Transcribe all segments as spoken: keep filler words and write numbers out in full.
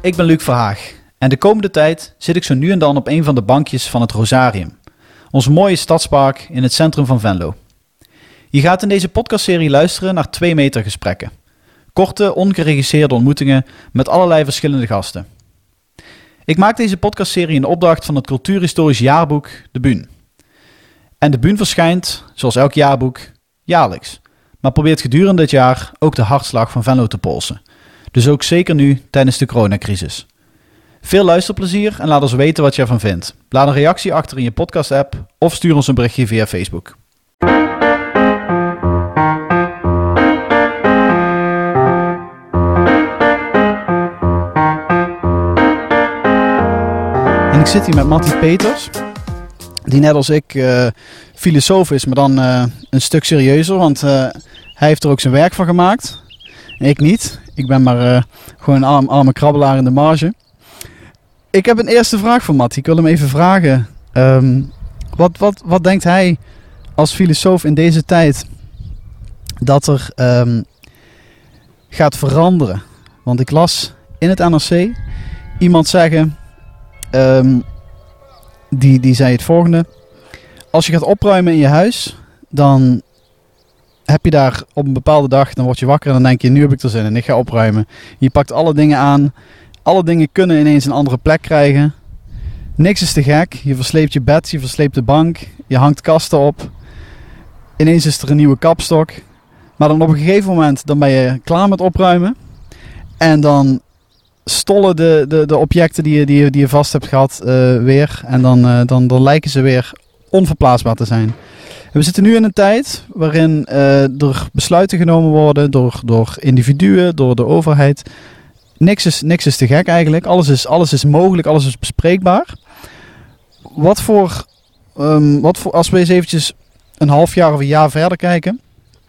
Ik ben Luc Verhaag en de komende tijd zit ik zo nu en dan op een van de bankjes van het Rosarium, ons mooie stadspark in het centrum van Venlo. Je gaat in deze podcastserie luisteren naar twee meter gesprekken. Korte, ongeregisseerde ontmoetingen met allerlei verschillende gasten. Ik maak deze podcastserie in opdracht van het cultuurhistorisch jaarboek De Buun. En De Buun verschijnt, zoals elk jaarboek, jaarlijks, maar probeert gedurende dit jaar ook de hartslag van Venlo te polsen. Dus ook zeker nu tijdens de coronacrisis. Veel luisterplezier en laat ons weten wat je ervan vindt. Laat een reactie achter in je podcast-app of stuur ons een berichtje via Facebook. En ik zit hier met Matty Peters, die net als ik uh, filosoof is, maar dan uh, een stuk serieuzer, want uh, hij heeft er ook zijn werk van gemaakt. En ik niet. Ik ben maar uh, gewoon een arm, arme krabbelaar in de marge. Ik heb een eerste vraag voor Matty. Ik wil hem even vragen. Um, wat, wat, wat denkt hij als filosoof in deze tijd dat er um, gaat veranderen? Want ik las in het N R C iemand zeggen, um, die, die zei het volgende. Als je gaat opruimen in je huis, dan heb je daar op een bepaalde dag, dan word je wakker en dan denk je, nu heb ik er zin in, ik ga opruimen. Je pakt alle dingen aan, alle dingen kunnen ineens een andere plek krijgen. Niks is te gek, je versleept je bed, je versleept de bank, je hangt kasten op. Ineens is er een nieuwe kapstok. Maar dan op een gegeven moment, dan ben je klaar met opruimen. En dan stollen de, de, de objecten die je, die, je, die je vast hebt gehad uh, weer. En dan, uh, dan, dan lijken ze weer onverplaatsbaar te zijn. We zitten nu in een tijd waarin uh, er besluiten genomen worden door, door individuen, door de overheid. Niks is, niks is te gek eigenlijk. Alles is, alles is mogelijk, alles is bespreekbaar. Wat voor, um, wat voor, als we eens eventjes een half jaar of een jaar verder kijken.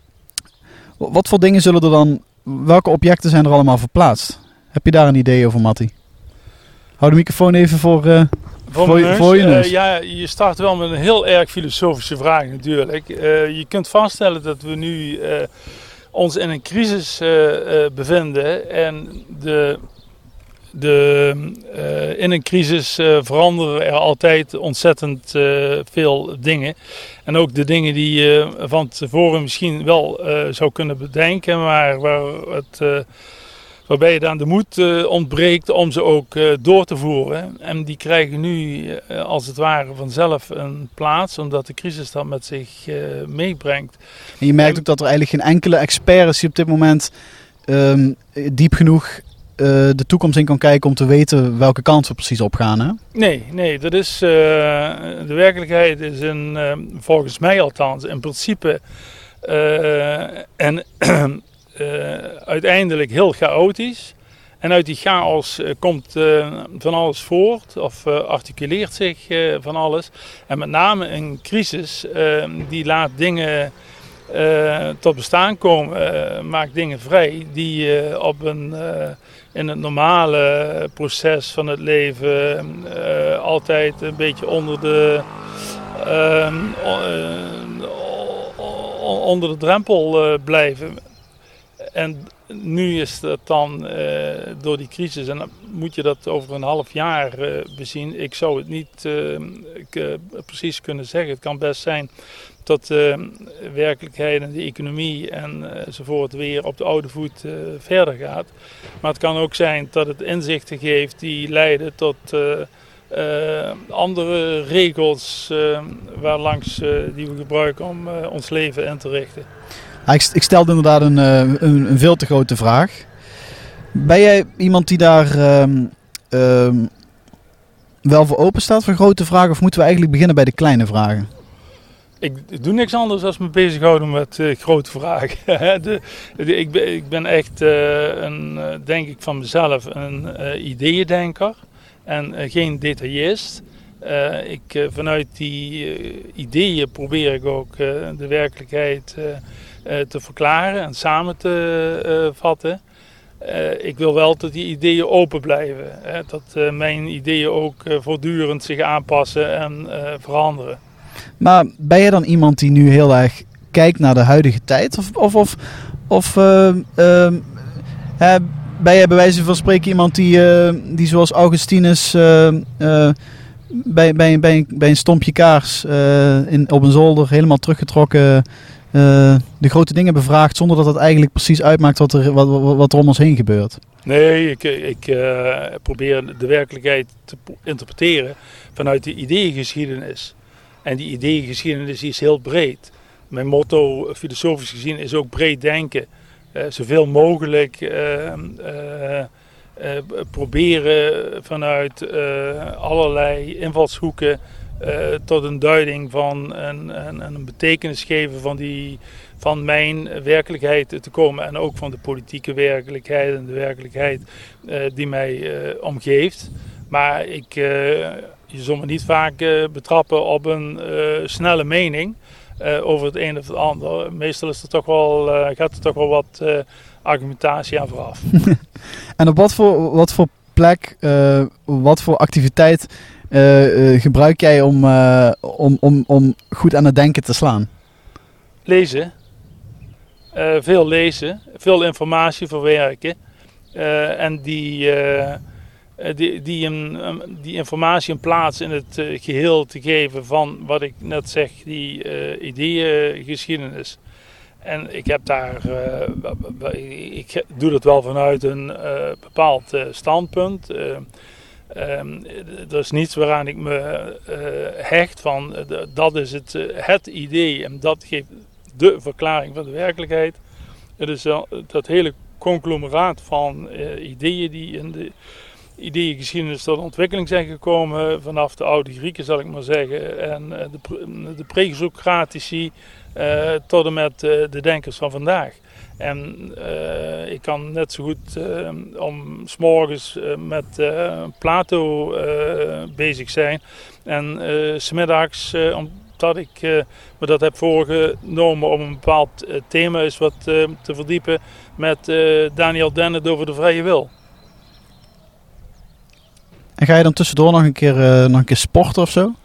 Wat voor dingen zullen er dan, welke objecten zijn er allemaal verplaatst? Heb je daar een idee over, Matty? Hou de microfoon even voor... Uh, Voor, voor, je, voor je neus. Uh, ja, je start wel met een heel erg filosofische vraag natuurlijk. Uh, je kunt vaststellen dat we nu uh, ons in een crisis uh, uh, bevinden. En de, de, uh, in een crisis uh, veranderen er altijd ontzettend uh, veel dingen. En ook de dingen die je uh, van tevoren misschien wel uh, zou kunnen bedenken, maar waar het... Uh, Waarbij je dan de moed uh, ontbreekt om ze ook uh, door te voeren. En die krijgen nu uh, als het ware vanzelf een plaats, omdat de crisis dat met zich uh, meebrengt. En je merkt en, ook dat er eigenlijk geen enkele expert is die op dit moment um, diep genoeg uh, de toekomst in kan kijken om te weten welke kant we precies op gaan. Hè? Nee, nee, dat is, uh, de werkelijkheid is in, uh, volgens mij althans in principe uh, en Uh, uiteindelijk heel chaotisch. En uit die chaos uh, komt uh, van alles voort of uh, articuleert zich uh, van alles. En met name een crisis uh, die laat dingen uh, tot bestaan komen, uh, maakt dingen vrij die uh, op een, uh, in het normale proces van het leven uh, altijd een beetje onder de, uh, uh, onder de drempel uh, blijven. En nu is dat dan uh, door die crisis, en dan moet je dat over een half jaar uh, bezien. Ik zou het niet uh, ik, uh, precies kunnen zeggen. Het kan best zijn dat de uh, werkelijkheid en de economie en, uh, enzovoort weer op de oude voet uh, verder gaat. Maar het kan ook zijn dat het inzichten geeft die leiden tot uh, uh, andere regels uh, waarlangs uh, die we gebruiken om uh, ons leven in te richten. Ik, ik stelde inderdaad een, een, een veel te grote vraag. Ben jij iemand die daar um, um, wel voor open staat voor grote vragen? Of moeten we eigenlijk beginnen bij de kleine vragen? Ik doe niks anders dan me bezighouden met uh, grote vragen. de, de, ik, ben, ik ben echt, uh, een, uh, denk ik van mezelf, een uh, ideeëndenker en uh, geen detailist. Uh, ik, uh, vanuit die uh, ideeën probeer ik ook uh, de werkelijkheid uh, uh, te verklaren en samen te uh, vatten. Uh, ik wil wel dat die ideeën open blijven. Hè? Dat uh, mijn ideeën ook uh, voortdurend zich aanpassen en uh, veranderen. Maar ben je dan iemand die nu heel erg kijkt naar de huidige tijd? Of, of, of, of uh, uh, uh, ben jij bij wijze van spreken iemand die, uh, die zoals Augustinus uh, uh, bij, bij, bij, bij een stompje kaars uh, in, op een zolder helemaal teruggetrokken uh, de grote dingen bevraagt zonder dat het eigenlijk precies uitmaakt wat er, wat, wat, wat er om ons heen gebeurt? Nee, ik, ik uh, probeer de werkelijkheid te interpreteren vanuit de ideeëngeschiedenis. En die ideeëngeschiedenis is heel breed. Mijn motto, filosofisch gezien, is ook breed denken. Uh, zoveel mogelijk uh, uh, uh, proberen vanuit uh, allerlei invalshoeken uh, tot een duiding van en een, een betekenis geven van, die, van mijn werkelijkheid te komen. En ook van de politieke werkelijkheid en de werkelijkheid uh, die mij uh, omgeeft. Maar ik, uh, je zal me niet vaak uh, betrappen op een uh, snelle mening. Uh, over het een of het ander. Meestal is er toch wel, uh, gaat er toch wel wat uh, argumentatie aan vooraf. En op wat voor, wat voor plek, uh, wat voor activiteit uh, uh, gebruik jij om, uh, om, om, om goed aan het denken te slaan? Lezen. Uh, veel lezen. Veel informatie verwerken. Uh, en die... Uh, Die, die, een, die informatie een plaats in het uh, geheel te geven van wat ik net zeg, die uh, ideeëngeschiedenis. En ik heb daar, uh, ik doe dat wel vanuit een uh, bepaald uh, standpunt. Uh, um, er is niets waaraan ik me uh, hecht van, uh, dat is het, uh, het idee en dat geeft de verklaring van de werkelijkheid. Het is uh, dat hele conglomeraat van uh, ideeën die in de ideeëngeschiedenis tot ontwikkeling zijn gekomen vanaf de oude Grieken, zal ik maar zeggen, en de, de pre-Socratici uh, tot en met uh, de denkers van vandaag. En uh, ik kan net zo goed uh, om 's morgens uh, met uh, Plato uh, bezig zijn en uh, 's middags uh, omdat ik uh, me dat heb voorgenomen om een bepaald uh, thema is wat uh, te verdiepen met uh, Daniel Dennett over de vrije wil. En ga je dan tussendoor nog een keer, uh, nog een keer sporten of zo?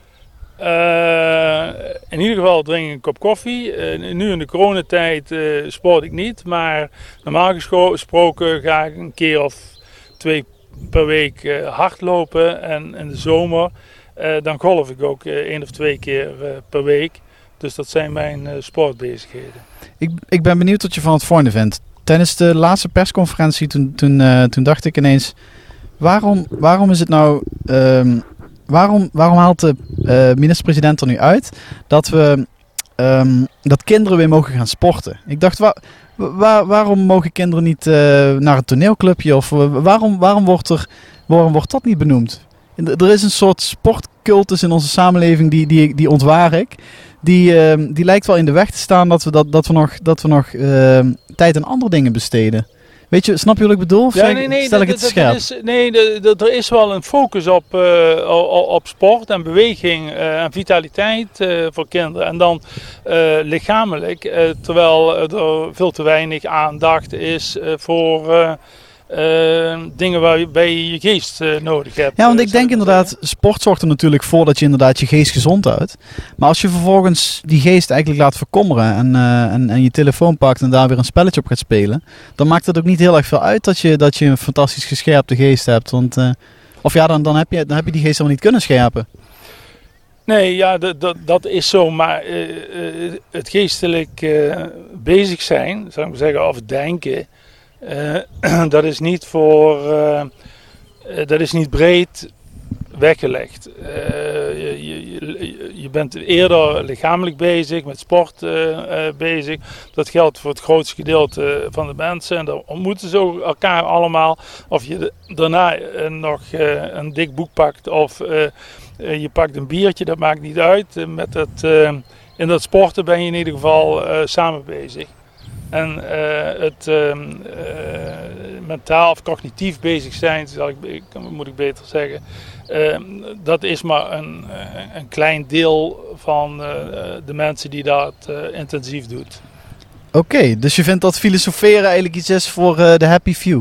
Uh, in ieder geval drink ik een kop koffie. Uh, nu in de coronatijd uh, sport ik niet. Maar normaal gesproken ga ik een keer of twee per week uh, hardlopen. En in de zomer uh, dan golf ik ook uh, één of twee keer uh, per week. Dus dat zijn mijn uh, sportbezigheden. Ik, ik ben benieuwd wat je van het volgende vindt. Tijdens de laatste persconferentie toen, toen, uh, toen dacht ik ineens... Waarom, waarom is het nou, um, waarom, waarom haalt de uh, minister-president er nu uit dat we um, dat kinderen weer mogen gaan sporten? Ik dacht, waar, waar, waarom mogen kinderen niet uh, naar een toneelclubje of uh, waarom, waarom, wordt er, waarom wordt dat niet benoemd? Er is een soort sportcultus in onze samenleving die, die, die ontwaar ik. Die, uh, die lijkt wel in de weg te staan dat we, dat, dat we nog, dat we nog uh, tijd aan andere dingen besteden. Weet je, snap je wat ik bedoel? Of ja, nee, nee, stel ik het dat, scherp? dat is, nee, er is wel een focus op, uh, op sport en beweging uh, en vitaliteit uh, voor kinderen. En dan uh, lichamelijk, uh, terwijl er veel te weinig aandacht is uh, voor uh, uh, dingen waarbij je je geest uh, nodig hebt. Ja, want ik denk inderdaad, zeggen. Sport zorgt er natuurlijk voor dat je inderdaad je geest gezond houdt. Maar als je vervolgens die geest eigenlijk laat verkommeren en, uh, en, en je telefoon pakt en daar weer een spelletje op gaat spelen, dan maakt het ook niet heel erg veel uit dat je, dat je een fantastisch gescherpte geest hebt. Want, uh, of ja, dan, dan, heb je, dan heb je die geest helemaal niet kunnen scherpen. Nee, ja, dat, dat, dat is zo. Maar uh, uh, het geestelijk uh, bezig zijn, zou ik maar zeggen, of denken, uh, dat is niet voor, uh, uh, dat is niet breed weggelegd. Uh, je, je, je bent eerder lichamelijk bezig, met sport uh, uh, bezig. Dat geldt voor het grootste gedeelte van de mensen. En dan ontmoeten ze ook elkaar allemaal. Of je daarna uh, nog uh, een dik boek pakt of uh, uh, je pakt een biertje, dat maakt niet uit. Uh, met het, uh, in dat sporten ben je in ieder geval uh, samen bezig. En uh, het uh, uh, mentaal of cognitief bezig zijn, zal ik, moet ik beter zeggen, uh, dat is maar een, een klein deel van uh, de mensen die dat uh, intensief doet. Oké, okay, dus je vindt dat filosoferen eigenlijk iets is voor uh, de happy few?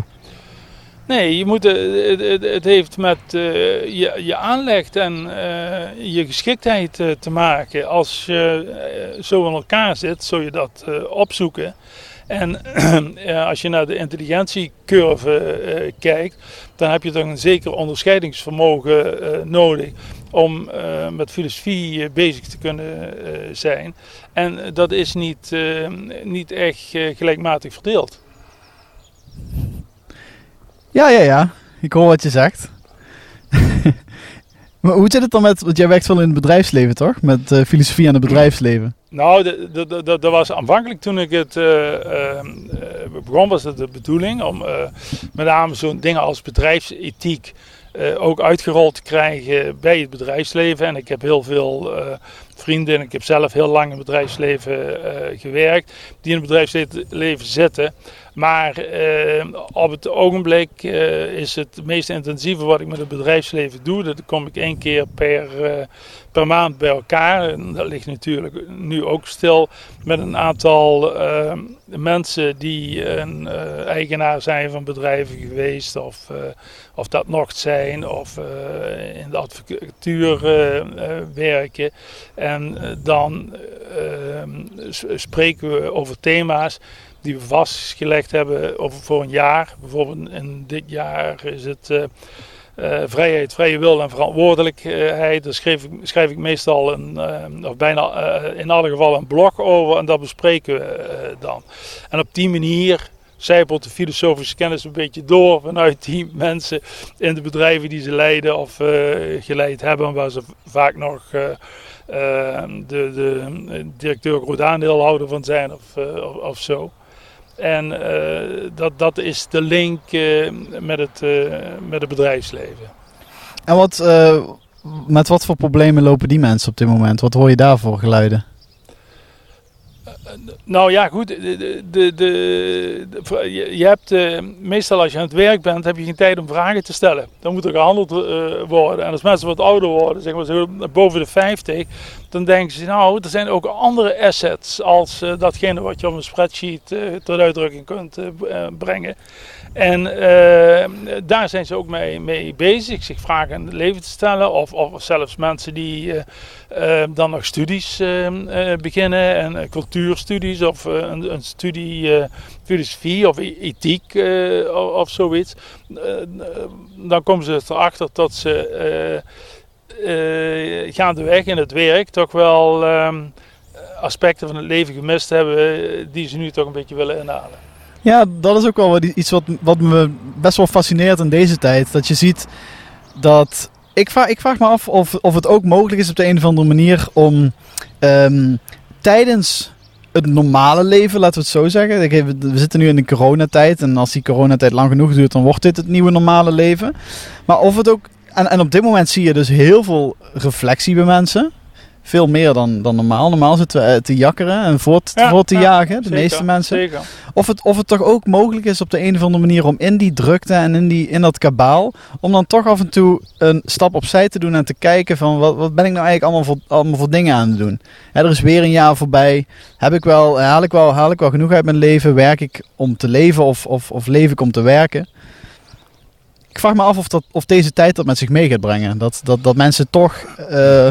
Nee, je moet, uh, het, het heeft met uh, je, je aanleg en uh, je geschiktheid uh, te maken. Als je uh, zo in elkaar zit, zul je dat uh, opzoeken. En uh, als je naar de intelligentiecurve uh, kijkt, dan heb je toch een zeker onderscheidingsvermogen uh, nodig om uh, met filosofie uh, bezig te kunnen uh, zijn. En dat is niet, uh, niet echt uh, gelijkmatig verdeeld. Ja, ja, ja. Ik hoor wat je zegt. Maar hoe zit het dan met, want jij werkt wel in het bedrijfsleven, toch? Met uh, filosofie aan het bedrijfsleven. Nou, dat was aanvankelijk toen ik het uh, uh, begon, was het de bedoeling om uh, met name zo'n dingen als bedrijfsethiek uh, ook uitgerold te krijgen bij het bedrijfsleven. En ik heb heel veel uh, vrienden, en ik heb zelf heel lang in het bedrijfsleven uh, gewerkt, die in het bedrijfsleven zitten. Maar uh, op het ogenblik uh, is het meest intensieve wat ik met het bedrijfsleven doe. Dat kom ik één keer per, uh, per maand bij elkaar. En dat ligt natuurlijk nu ook stil met een aantal uh, mensen die een uh, eigenaar zijn van bedrijven geweest. Of, uh, of dat nog zijn. Of uh, in de advocatuur uh, uh, werken. En uh, dan uh, spreken we over thema's die we vastgelegd hebben over voor een jaar. Bijvoorbeeld in dit jaar is het uh, uh, vrijheid, vrije wil en verantwoordelijkheid. Daar schrijf ik, schrijf ik meestal een, uh, of bijna uh, in alle gevallen een blog over en dat bespreken we uh, dan. En op die manier zijpelt de filosofische kennis een beetje door vanuit die mensen in de bedrijven die ze leiden of uh, geleid hebben, waar ze vaak nog uh, uh, de, de directeur groot aandeelhouder van zijn of, uh, of, of zo. En uh, dat, dat is de link uh, met, het, uh, met het bedrijfsleven. En wat, uh, met wat voor problemen lopen die mensen op dit moment? Wat hoor je daarvoor geluiden? Nou ja, goed. De, de, de, de, je hebt uh, meestal als je aan het werk bent, heb je geen tijd om vragen te stellen. Dan moet er gehandeld uh, worden. En als mensen wat ouder worden, zeg maar zo boven de vijftig, dan denken ze, nou, er zijn ook andere assets als uh, datgene wat je op een spreadsheet uh, ter uitdrukking kunt uh, brengen. En uh, daar zijn ze ook mee, mee bezig, zich vragen in het leven te stellen. Of, of zelfs mensen die uh, uh, dan nog studies uh, uh, beginnen, en uh, cultuurstudies of uh, een, een studie uh, filosofie of ethiek uh, of, of zoiets. Uh, dan komen ze erachter dat ze uh, uh, gaandeweg in het werk toch wel uh, aspecten van het leven gemist hebben uh, die ze nu toch een beetje willen inhalen. Ja, dat is ook wel iets wat, wat me best wel fascineert in deze tijd. Dat je ziet dat... Ik vraag, ik vraag me af of, of het ook mogelijk is op de een of andere manier om um, tijdens het normale leven, laten we het zo zeggen. We zitten nu in de coronatijd en als die coronatijd lang genoeg duurt, dan wordt dit het nieuwe normale leven. Maar of het ook... En, en op dit moment zie je dus heel veel reflectie bij mensen. Veel meer dan, dan normaal. Normaal zitten we te jakkeren en voort, ja, voort te ja, jagen, de zeker, meeste mensen. Zeker. Of, het, of het toch ook mogelijk is op de een of andere manier om in die drukte en in, die, in dat kabaal, om dan toch af en toe een stap opzij te doen en te kijken van wat, wat ben ik nou eigenlijk allemaal voor, allemaal voor dingen aan het doen. Hè, er is weer een jaar voorbij. Heb ik wel, haal, ik wel, haal ik wel genoeg uit mijn leven? Werk ik om te leven of, of, of leef ik om te werken? Ik vraag me af of, dat, of deze tijd dat met zich mee gaat brengen. Dat, dat, dat mensen toch... Uh,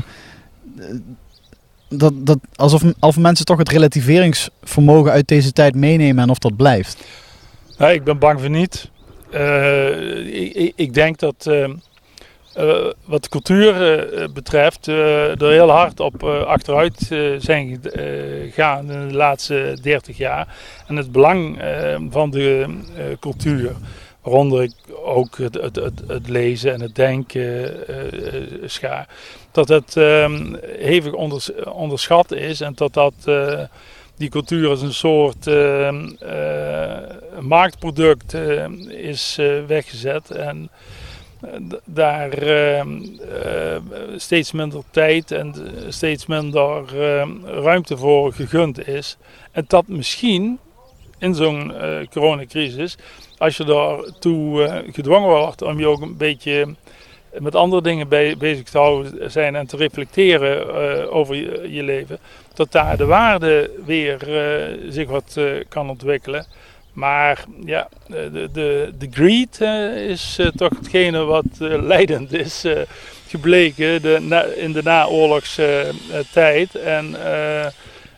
Dat, dat, alsof, alsof mensen toch het relativeringsvermogen uit deze tijd meenemen en of dat blijft. Ja, ik ben bang voor niet. Uh, ik, ik denk dat uh, uh, wat de cultuur uh, betreft uh, er heel hard op uh, achteruit uh, zijn gegaan in de laatste dertig jaar. En het belang uh, van de uh, cultuur, waaronder ik ook het, het, het, het lezen en het denken uh, uh, schaar, dat het uh, hevig onders, onderschat is en dat, dat uh, die cultuur als een soort uh, uh, marktproduct uh, is uh, weggezet en uh, daar uh, uh, steeds minder tijd en steeds minder uh, ruimte voor gegund is. En dat misschien in zo'n uh, coronacrisis, als je daartoe uh, gedwongen wordt om je ook een beetje met andere dingen bij, bezig te houden zijn en te reflecteren uh, over je, je leven, dat daar de waarde weer uh, zich wat uh, kan ontwikkelen. Maar ja, de, de, de greed uh, is uh, toch hetgene wat uh, leidend is uh, gebleken de, na, in de naoorlogstijd. Uh, en uh,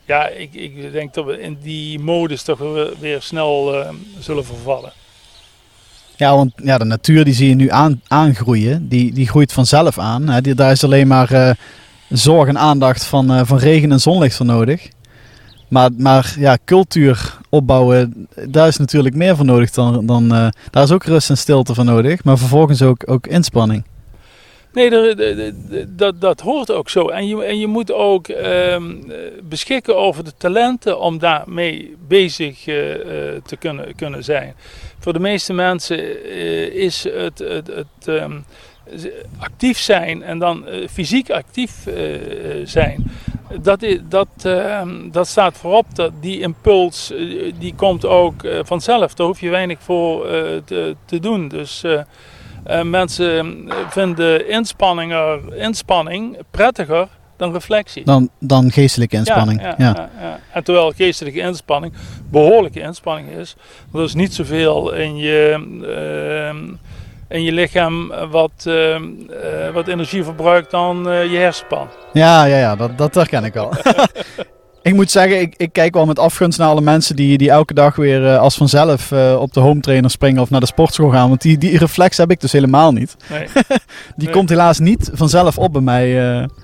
ja, ik, ik denk dat we in die modus toch weer, weer snel uh, zullen vervallen. Ja, want ja, de natuur die zie je nu aan, aangroeien. Die, die groeit vanzelf aan. Hè. Die, daar is alleen maar uh, zorg en aandacht van, uh, van regen en zonlicht voor nodig. Maar, maar ja, cultuur opbouwen, daar is natuurlijk meer voor nodig dan... dan uh, daar is ook rust en stilte voor nodig. Maar vervolgens ook, ook inspanning. Nee, dat, dat, dat hoort ook zo. En je, en je moet ook uh, beschikken over de talenten om daarmee bezig uh, te kunnen, kunnen zijn. Voor de meeste mensen uh, is het, het, het um, actief zijn en dan uh, fysiek actief uh, zijn. Dat, is, dat, uh, dat staat voorop. Dat die impuls uh, die komt ook uh, vanzelf. Daar hoef je weinig voor uh, te, te doen. Dus... Uh, Uh, mensen vinden inspanninger, inspanning prettiger dan reflectie. Dan, dan geestelijke inspanning. Ja, ja, ja. Ja, ja. En terwijl geestelijke inspanning behoorlijke inspanning is. Er is niet zoveel in je, uh, in je lichaam wat, uh, uh, wat energie verbruikt dan uh, je hersenpan. Ja, ja, ja dat, dat herken ik wel. Ik moet zeggen, ik, ik kijk wel met afgunst naar alle mensen die, die elke dag weer uh, als vanzelf uh, op de home trainer springen of naar de sportschool gaan. Want die, die reflex heb ik dus helemaal niet. Nee. die nee. komt helaas niet vanzelf op bij mij. Uh.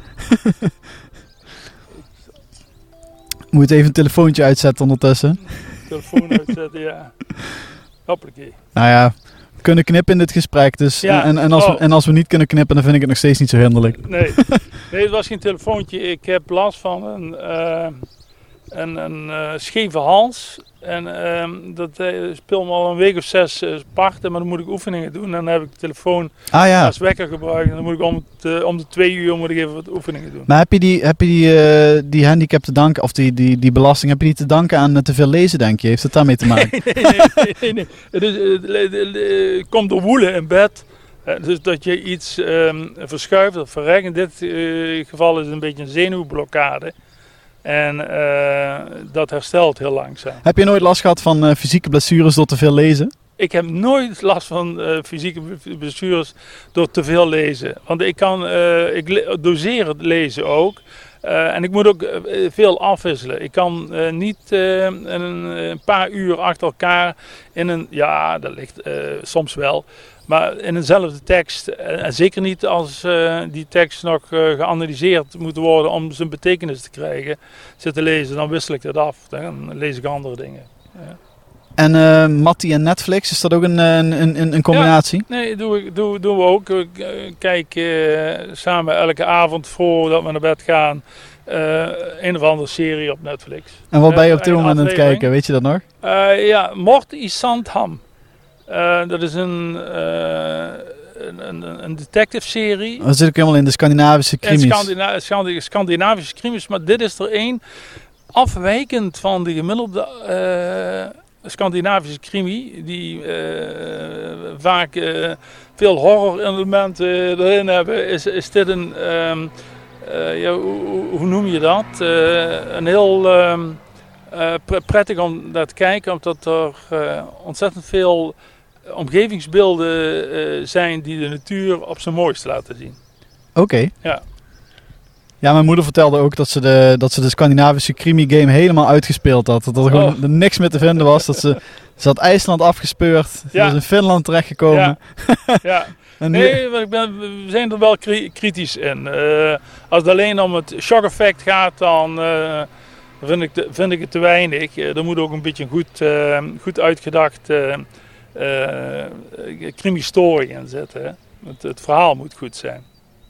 Moet even een telefoontje uitzetten ondertussen. Telefoon uitzetten, ja. Hoppakee. Nou ja, we kunnen knippen in dit gesprek. Dus, ja. en, en, als oh. we, en als we niet kunnen knippen, dan vind ik het nog steeds niet zo hinderlijk. Nee, nee het was geen telefoontje. Ik heb last van een, uh, een, een uh, scheve hals. En uh, dat uh, speelt me al een week of zes uh, parten, maar dan moet ik oefeningen doen. En dan heb ik de telefoon ah, ja. als wekker gebruikt. En dan moet ik om, het, om de twee uur moet ik even wat oefeningen doen. Maar heb je die, heb je die, uh, die handicap te danken, of die, die, die belasting, heb je die te danken aan uh, te veel lezen, denk je? Heeft het daarmee te maken? Nee, nee, nee. nee, nee. Het, is, het, het, het komt door woelen in bed. Dus dat je iets um, verschuift of verrekt. In dit uh, geval is het een beetje een zenuwblokkade. En uh, dat herstelt heel langzaam. Heb je nooit last gehad van uh, fysieke blessures door te veel lezen? Ik heb nooit last van uh, fysieke blessures door te veel lezen. Want ik kan uh, ik le- doseer het lezen ook. Uh, en ik moet ook uh, veel afwisselen. Ik kan uh, niet uh, een, een paar uur achter elkaar in een... Ja, dat ligt uh, soms wel. Maar in eenzelfde tekst. En uh, zeker niet als uh, die tekst nog uh, geanalyseerd moet worden om zijn betekenis te krijgen. Zitten lezen, dan wissel ik dat af. Dan lees ik andere dingen. Ja. En uh, Mattie en Netflix, is dat ook een, een, een, een combinatie? Ja, nee, doen we, doen, doen we ook. We kijken uh, samen elke avond voordat we naar bed gaan uh, een of andere serie op Netflix. En wat ben je op uh, dit moment aan het kijken, weet je dat nog? Uh, ja, Mord i Sandham. Uh, dat is een, uh, een, een, een detective serie. Dat zit ook helemaal in de Scandinavische krimis. Scandina- Scandina- Scandinavische krimis, maar dit is er één afwijkend van de gemiddelde... Uh, Scandinavische crimi, die uh, vaak uh, veel horror-elementen erin hebben, is, is dit een, um, uh, ja, hoe, hoe noem je dat? Uh, een heel um, uh, prettig om naar te kijken, omdat er uh, ontzettend veel omgevingsbeelden uh, zijn die de natuur op zijn mooiste laten zien. Oké. Okay. Ja. Ja, mijn moeder vertelde ook dat ze de, dat ze de Scandinavische crimi-game helemaal uitgespeeld had. Dat er gewoon oh. niks meer te vinden was. Dat ze, ze had IJsland afgespeurd. Ja. Ze was in Finland terechtgekomen. Ja. ja. En nu... Nee, ik ben, we zijn er wel kri- kritisch in. Uh, als het alleen om het shock effect gaat, dan uh, vind, ik te, vind ik het te weinig. Uh, er moet ook een beetje een goed, uh, goed uitgedacht uh, uh, crimi-story in zitten. Hè. Het, het verhaal moet goed zijn.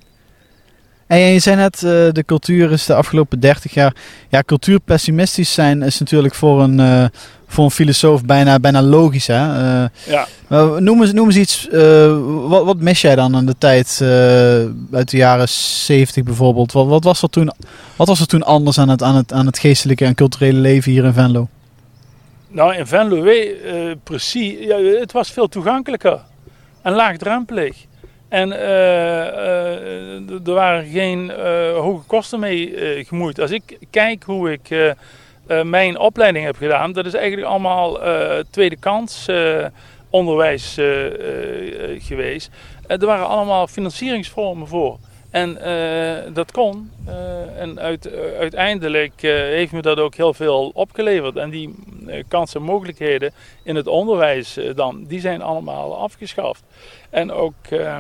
En je zei net, uh, de cultuur is de afgelopen dertig jaar... Ja, cultuurpessimistisch zijn is natuurlijk voor een, uh, voor een filosoof bijna, bijna logisch. Hè? Uh, ja. uh, noem, eens, noem eens iets, uh, wat, wat mis jij dan aan de tijd uh, uit de jaren zeventig bijvoorbeeld? Wat, wat, was er toen, wat was er toen anders aan het, aan, het, aan het geestelijke en culturele leven hier in Venlo? Nou, in Venlo, uh, precies. Ja, het was veel toegankelijker en laagdrempelig. En uh, uh, er waren geen uh, hoge kosten mee uh, gemoeid. Als ik kijk hoe ik uh, uh, mijn opleiding heb gedaan, dat is eigenlijk allemaal uh, tweede kans uh, onderwijs uh, uh, geweest. Uh, er waren allemaal financieringsvormen voor. En uh, dat kon. Uh, en uit, uh, uiteindelijk uh, heeft me dat ook heel veel opgeleverd. En die uh, kansen en mogelijkheden in het onderwijs uh, dan, die zijn allemaal afgeschaft. En ook, uh,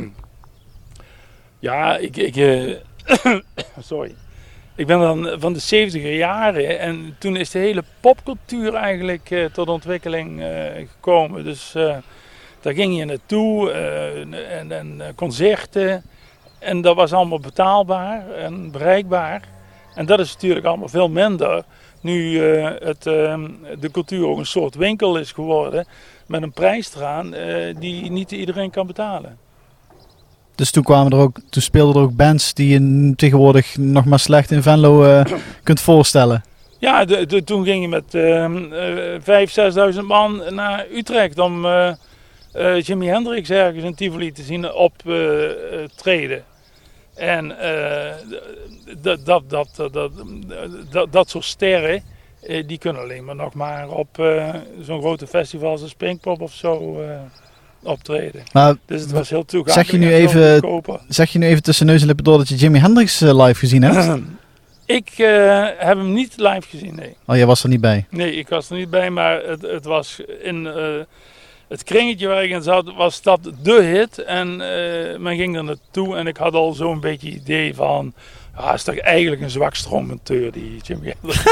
ja, ik, ik uh, sorry. Ik ben dan van de zeventiger jaren en toen is de hele popcultuur eigenlijk uh, tot ontwikkeling uh, gekomen. Dus uh, daar ging je naartoe uh, en, en concerten. En dat was allemaal betaalbaar en bereikbaar. En dat is natuurlijk allemaal veel minder. Nu uh, het, uh, de cultuur ook een soort winkel is geworden. Met een prijs eraan uh, die niet iedereen kan betalen. Dus toen, kwamen er ook, toen speelden er ook bands die je tegenwoordig nog maar slecht in Venlo uh, kunt voorstellen. Ja, de, de, toen ging je met uh, uh, vijfduizend, zesduizend man naar Utrecht om uh, uh, Jimi Hendrix ergens in Tivoli te zien optreden. Uh, en uh, dat, dat, dat, dat, dat, dat soort sterren, uh, die kunnen alleen maar nog maar op uh, zo'n grote festival als Pinkpop of zo uh, optreden. Maar, dus het was heel toegankelijk. Zeg je nu even, zeg je nu even tussen neus en lippen door dat je Jimi Hendrix uh, live gezien hebt? Ik uh, heb hem niet live gezien, nee. Oh, jij was er niet bij? Nee, ik was er niet bij, maar het, het was in uh, het kringetje waar ik in zat, was dat de hit. En uh, men ging er naartoe en ik had al zo'n beetje idee van, ah, is toch eigenlijk een zwak stroommonteur, die Jimi Hendrix.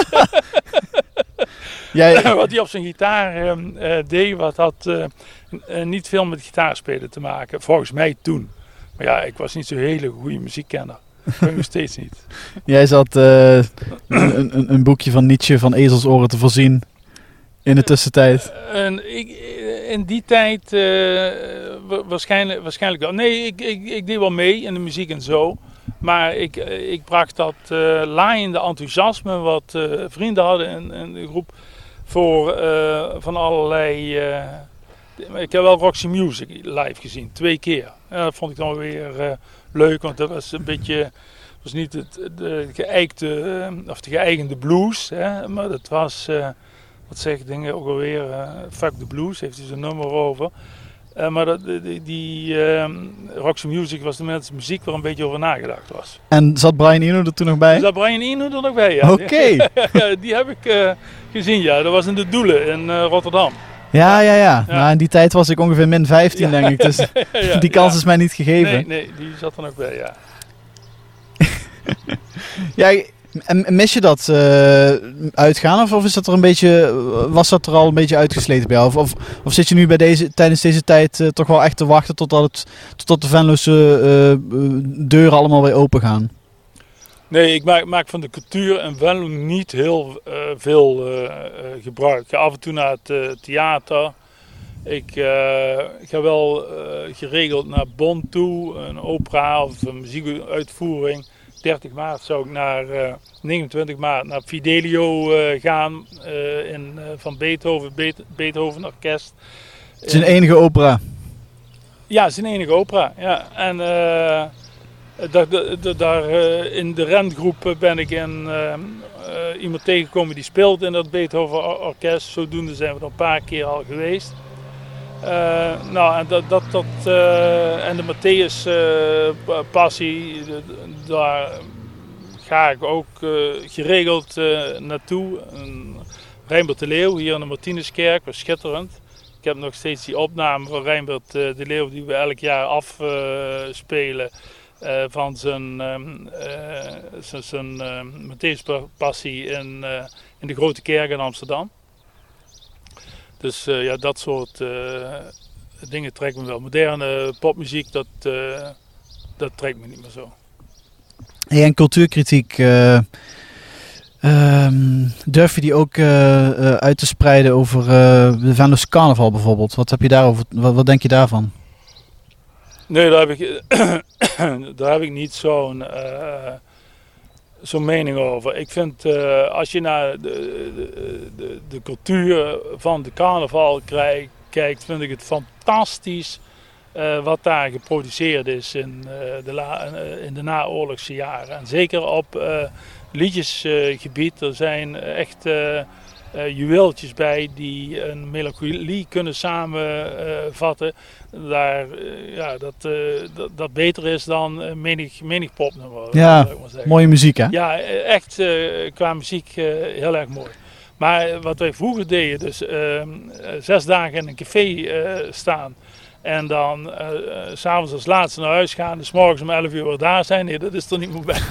Jij... Wat hij op zijn gitaar uh, deed, wat had uh, uh, niet veel met gitaarspelen te maken. Volgens mij toen. Maar ja, ik was niet zo'n hele goede muziekkenner. Dat ben ik nog steeds niet. Jij zat uh, een, een, een boekje van Nietzsche van ezelsoren te voorzien in de tussentijd. Uh, en ik, in die tijd uh, waarschijnlijk, waarschijnlijk wel. Nee, ik, ik, ik deed wel mee in de muziek en zo. Maar ik, ik bracht dat uh, laaiende enthousiasme wat uh, vrienden hadden in, in de groep voor uh, van allerlei... Uh, ik heb wel Roxy Music live gezien, twee keer. En dat vond ik dan weer uh, leuk, want dat was een beetje... was niet het, de, geëikte, uh, of de geëigende blues, hè, maar dat was... Uh, wat zeg ik denk ook alweer? Uh, Fuck the Blues, heeft hij zo'n nummer over... Uh, maar dat, die, die uh, Roxy Music was de mensen muziek waar een beetje over nagedacht was. En zat Brian Eno er toen nog bij? Zat Brian Eno er nog bij, ja. Oké. Okay. Ja, die heb ik uh, gezien, ja. Dat was in de Doelen in uh, Rotterdam. Ja, ja, ja. ja. Nou, in die tijd was ik ongeveer min vijftien, ja. denk ik. Dus ja, die kans ja. is mij niet gegeven. Nee, nee, die zat er nog bij, ja. Ja, en mis je dat uh, uitgaan of, of is dat er een beetje, was dat er al een beetje uitgesleten bij jou? Of, of, of zit je nu bij deze, tijdens deze tijd uh, toch wel echt te wachten totdat, het, totdat de Venlose uh, deuren allemaal weer open gaan? Nee, ik maak, maak van de cultuur in Venlo niet heel uh, veel uh, uh, gebruik. Ik ga af en toe naar het uh, theater. Ik uh, ga wel uh, geregeld naar Bonn toe, een opera of een muziekuitvoering. dertig maart zou ik naar uh, negenentwintig maart naar Fidelio uh, gaan uh, in, uh, van Beethoven, Be- Beethoven Orkest. Het is een enige opera. Ja, het is een enige opera. Ja. En uh, daar, daar, daar uh, in de rengroep ben ik in, uh, uh, iemand tegengekomen die speelt in dat Beethoven Orkest. Zodoende zijn we er een paar keer al geweest. Uh, nou, en dat, dat, dat uh, en de Matthäus uh, passie, daar ga ik ook uh, geregeld uh, naartoe. Rijnbert de Leeuw hier in de Martinuskerk, was schitterend. Ik heb nog steeds die opname van Rijnbert uh, de Leeuw die we elk jaar afspelen uh, uh, van zijn, um, uh, zijn, zijn uh, Matthäus passie in, uh, in de Grote Kerk in Amsterdam. Dus uh, ja, dat soort uh, dingen trekt me wel. Moderne popmuziek, dat, uh, dat trekt me niet meer zo. Hey, en cultuurkritiek, uh, um, durf je die ook uh, uh, uit te spreiden over uh, de Venlose carnaval bijvoorbeeld? Wat heb je daarover? Wat, wat denk je daarvan? Nee, daar heb ik, daar heb ik niet zo'n... Uh, zo'n mening over. Ik vind uh, als je naar de, de, de, de cultuur van de carnaval krijg, kijkt, vind ik het fantastisch uh, wat daar geproduceerd is in, uh, de, la, uh, in de naoorlogse jaren. En zeker op uh, liedjesgebied. Uh, er zijn echt uh, uh, juweeltjes bij die een melancholie kunnen samenvatten. Uh, daar, uh, ja, dat, uh, dat, dat beter is dan uh, menig, menig popnummer. Ja, mooie muziek hè? Ja, echt uh, qua muziek uh, heel erg mooi. Maar wat wij vroeger deden, dus uh, zes dagen in een café uh, staan en dan uh, uh, s'avonds als laatste naar huis gaan, dus morgens om elf uur weer daar zijn, nee, dat is er niet meer bij.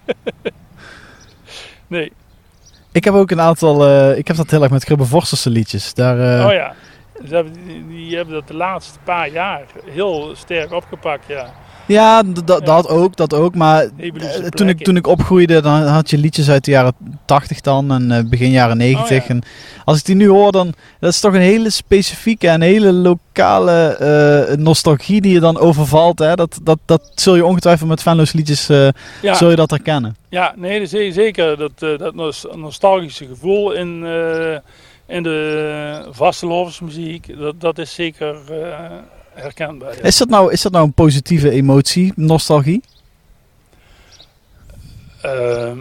Nee. Ik heb ook een aantal, uh, ik heb dat heel erg met Grubbe Vorsterse liedjes. Daar, uh... Oh ja, dus hebben, die, die hebben dat de laatste paar jaar heel sterk opgepakt, ja. Ja, d- d- ja. dat ook, dat ook. Maar uh, toen, ik, toen ik opgroeide, dan had je liedjes uit de jaren tachtig dan en uh, begin jaren negentig. Oh, ja. En als ik die nu hoor, dan dat is toch een hele specifieke en hele lokale uh, nostalgie die je dan overvalt. Hè? Dat, dat, dat zul je ongetwijfeld met Venlo's liedjes uh, ja. zul je dat herkennen. Ja, nee, zeker. Dat, uh, dat nostalgische gevoel in, uh, in de vastelovensmuziek, dat, dat is zeker... Uh, herkenbaar. Ja. Is dat nou, is dat nou een positieve emotie, nostalgie? Uh,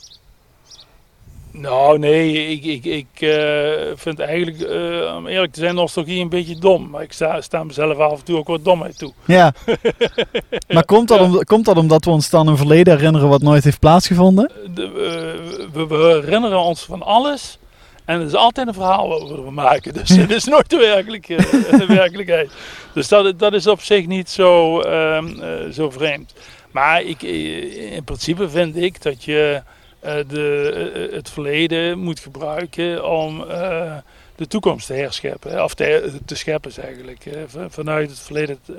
nou, nee, ik, ik, ik uh, vind eigenlijk, uh, om eerlijk te zijn, nostalgie een beetje dom. Maar ik sta, sta mezelf af en toe ook wat domheid toe. Ja. Maar komt dat, om, komt dat omdat we ons dan een verleden herinneren wat nooit heeft plaatsgevonden? De, uh, we, we herinneren ons van alles. En het is altijd een verhaal wat we maken. Dus het is nooit de, werkelijke, de werkelijkheid. Dus dat, dat is op zich niet zo, um, uh, zo vreemd. Maar ik, in principe vind ik dat je uh, de, uh, het verleden moet gebruiken om uh, de toekomst te herscheppen. Of te, te scheppen is eigenlijk. Uh, vanuit het verleden, uh,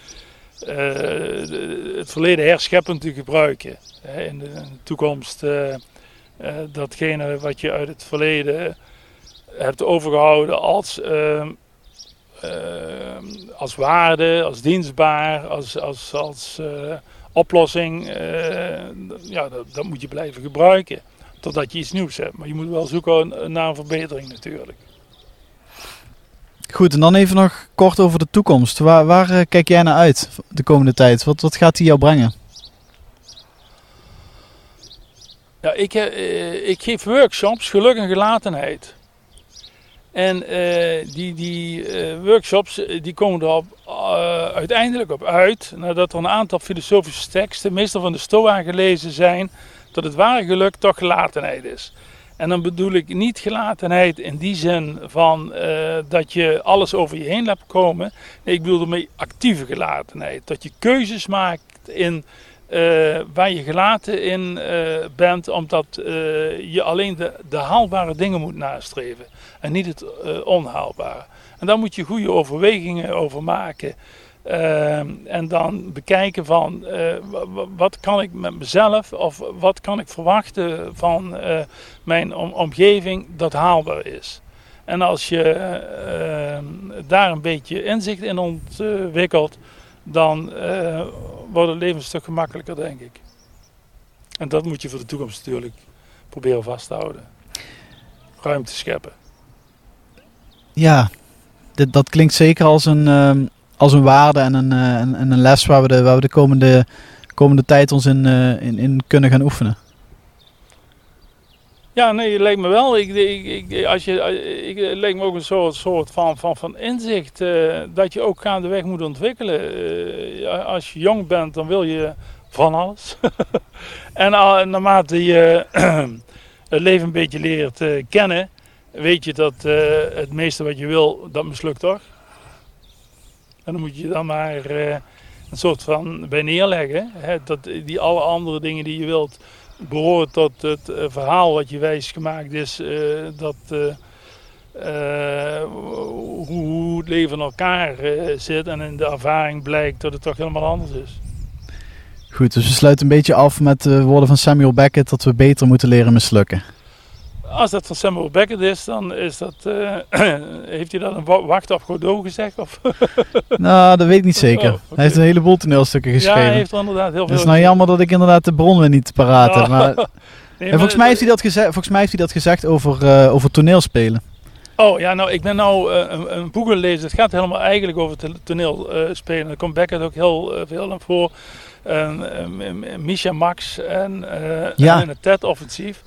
uh, het verleden herscheppen te gebruiken. Uh, in, de, in de toekomst... Uh, Uh, datgene wat je uit het verleden hebt overgehouden als, uh, uh, als waarde, als dienstbaar, als, als, als uh, oplossing. Uh, ja, dat, dat moet je blijven gebruiken totdat je iets nieuws hebt. Maar je moet wel zoeken naar een verbetering natuurlijk. Goed, en dan even nog kort over de toekomst. Waar, waar uh, kijk jij naar uit de komende tijd? Wat, wat gaat die jou brengen? Ja, ik, uh, ik geef workshops geluk en gelatenheid. En uh, die, die uh, workshops die komen er op, uh, uiteindelijk op uit, nadat er een aantal filosofische teksten, meestal van de Stoa, gelezen zijn, dat het ware geluk toch gelatenheid is. En dan bedoel ik niet gelatenheid in die zin van uh, dat je alles over je heen laat komen. Nee, ik bedoel ermee actieve gelatenheid. Dat je keuzes maakt in... Uh, waar je gelaten in uh, bent, omdat uh, je alleen de, de haalbare dingen moet nastreven en niet het uh, onhaalbare. En daar moet je goede overwegingen over maken uh, en dan bekijken van uh, wat kan ik met mezelf of wat kan ik verwachten van uh, mijn om- omgeving dat haalbaar is. En als je uh, daar een beetje inzicht in ontwikkelt, dan uh, wordt het leven een stuk gemakkelijker, denk ik. En dat moet je voor de toekomst natuurlijk proberen vast te houden. Ruimte scheppen. Ja, dit, dat klinkt zeker als een, uh, als een waarde en een, uh, en, en een les waar we de, waar we de komende, komende tijd ons in, uh, in, in kunnen gaan oefenen. Ja, nee, het lijkt me wel. Ik, ik, ik, als je, ik, het lijkt me ook een soort, soort van, van, van inzicht uh, dat je ook gaandeweg moet ontwikkelen. Uh, als je jong bent, dan wil je van alles. En uh, naarmate je uh, het leven een beetje leert uh, kennen, weet je dat uh, het meeste wat je wil, dat mislukt toch? En dan moet je dan maar uh, een soort van bij neerleggen. Hè, dat die alle andere dingen die je wilt behoort tot het uh, verhaal wat je wijs gemaakt is, uh, dat uh, uh, hoe, hoe het leven in elkaar uh, zit en in de ervaring blijkt dat het toch helemaal anders is. Goed, dus we sluiten een beetje af met de woorden van Samuel Beckett dat we beter moeten leren mislukken. Als dat van Samuel Beckett is, dan is dat, uh, heeft hij dat een wacht op Godot gezegd? Of? Nou, dat weet ik niet zeker. Oh, okay. Hij heeft een heleboel toneelstukken geschreven. Ja, hij heeft er inderdaad heel veel. Het is nou jammer dat ik inderdaad de bron weer niet paraat heb. Maar... nee, en volgens, mij heeft hij dat gezegd, volgens mij heeft hij dat gezegd over, uh, over toneelspelen. Oh ja, nou ik ben nou uh, een, een boek gelezen. Het gaat helemaal eigenlijk over toneelspelen. Uh, Daar komt Beckett ook heel uh, veel aan voor. Uh, uh, Misha Max en, uh, ja. en het Ted-offensief.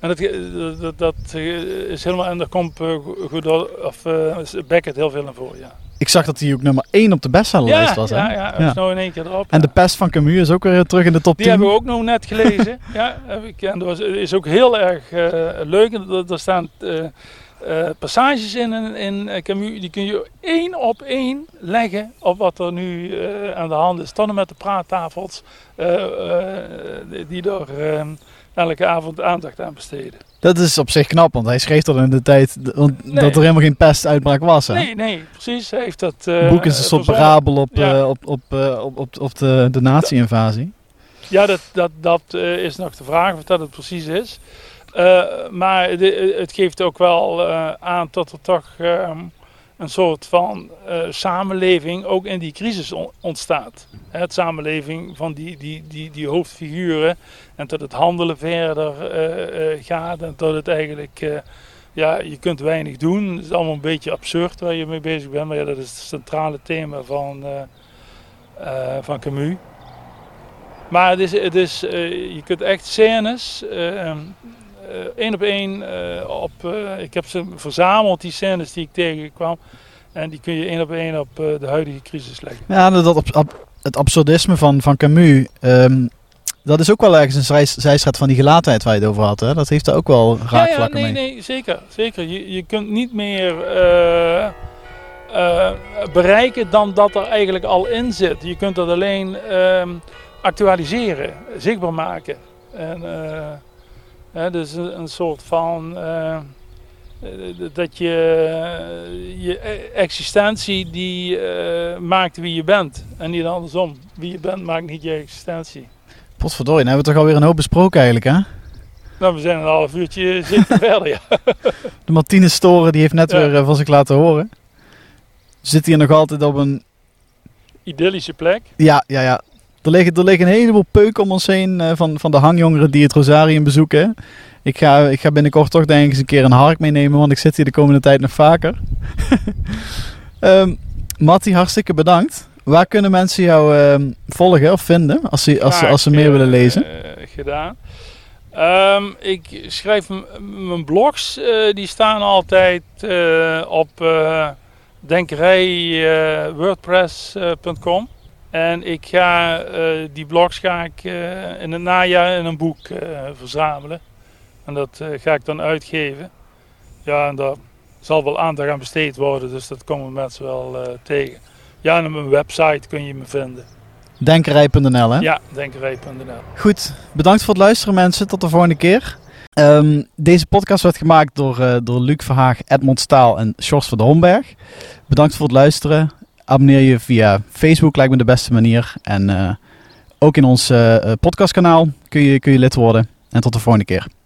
En dat, dat, dat is helemaal, en daar komt uh, goed, of uh, Beckett heel veel naar voren, ja. Ik zag dat hij ook nummer één op de bestsellerlijst ja, was. Hè? Ja, ja, dat ja. is nou in één keer erop. En ja. De Pest van Camus is ook weer terug in de top Die tien. hebben we ook nog net gelezen. ja, heb ik, en dat is ook heel erg uh, leuk. Er, er staan uh, uh, passages in, in uh, Camus, die kun je één op één leggen op wat er nu uh, aan de hand is. Tonnen met de praattafels uh, uh, die er uh, elke avond aandacht aan besteden. Dat is op zich knap, want hij schreef dat in de tijd want nee. dat er helemaal geen pestuitbraak was. Hè? Nee, nee, precies. Hij heeft dat. Uh, Het boek is een soort parabel op, ja. uh, op, op, uh, op, op, op de, de nazi-invasie. Ja, dat, dat, dat uh, is nog de vraag of dat het precies is. Uh, maar de, het geeft ook wel uh, aan dat er toch uh, een soort van uh, samenleving ook in die crisis on- ontstaat. Het samenleving van die, die, die, die hoofdfiguren en dat het handelen verder uh, uh, gaat en dat het eigenlijk, uh, ja, je kunt weinig doen. Het is allemaal een beetje absurd waar je mee bezig bent, maar ja, dat is het centrale thema van, uh, uh, van Camus. Maar het is, het is, uh, je kunt echt scènes, uh, Uh, één op één uh, op, uh, ik heb ze verzameld, die scènes die ik tegenkwam. En die kun je één op één op uh, de huidige crisis leggen. Ja, dat op, op, het absurdisme van, van Camus, um, dat is ook wel ergens een zij, zijstraat van die gelaatheid waar je het over had. Hè? Dat heeft er ook wel raakvlakken ja, ja, nee, mee. Nee, zeker. zeker. Je, je kunt niet meer uh, uh, bereiken dan dat er eigenlijk al in zit. Je kunt dat alleen uh, actualiseren, zichtbaar maken. En... Uh, Ja, dus een, een soort van uh, dat je je existentie die uh, maakt wie je bent en niet andersom. Wie je bent maakt niet je existentie. Potverdorie, dan hebben we toch alweer een hoop besproken eigenlijk, hè? Nou, we zijn een half uurtje zitten verder, ja. De Martinez Storen die heeft net ja. weer uh, van zich laten horen. Zit hier nog altijd op een idyllische plek. Ja, ja, ja. Er liggen, er liggen een heleboel peuken om ons heen uh, van, van de hangjongeren die het Rosarium bezoeken. Ik ga, ik ga binnenkort toch denk ik eens een keer een hark meenemen, want ik zit hier de komende tijd nog vaker. um, Matti, hartstikke bedankt. Waar kunnen mensen jou uh, volgen of vinden als ze, als ze, als ze meer uh, willen lezen? Uh, gedaan. Um, ik schrijf m- mijn blogs, uh, die staan altijd uh, op uh, denkerij wordpress punt com. En ik ga uh, die blogs ga ik uh, in het najaar in een boek uh, verzamelen. En dat uh, ga ik dan uitgeven. Ja, en daar zal wel aandacht aan besteed worden, dus dat komen mensen wel uh, tegen. Ja, en op mijn website kun je me vinden. denkerij punt n l, hè? Ja, denkerij punt n l. Goed, bedankt voor het luisteren mensen. Tot de volgende keer. Um, deze podcast werd gemaakt door, uh, door Luc Verhaag, Edmond Staal en Sjors van de Homberg. Bedankt voor het luisteren. Abonneer je via Facebook, lijkt me de beste manier. En uh, ook in ons uh, podcastkanaal kun je, kun je lid worden. En tot de volgende keer.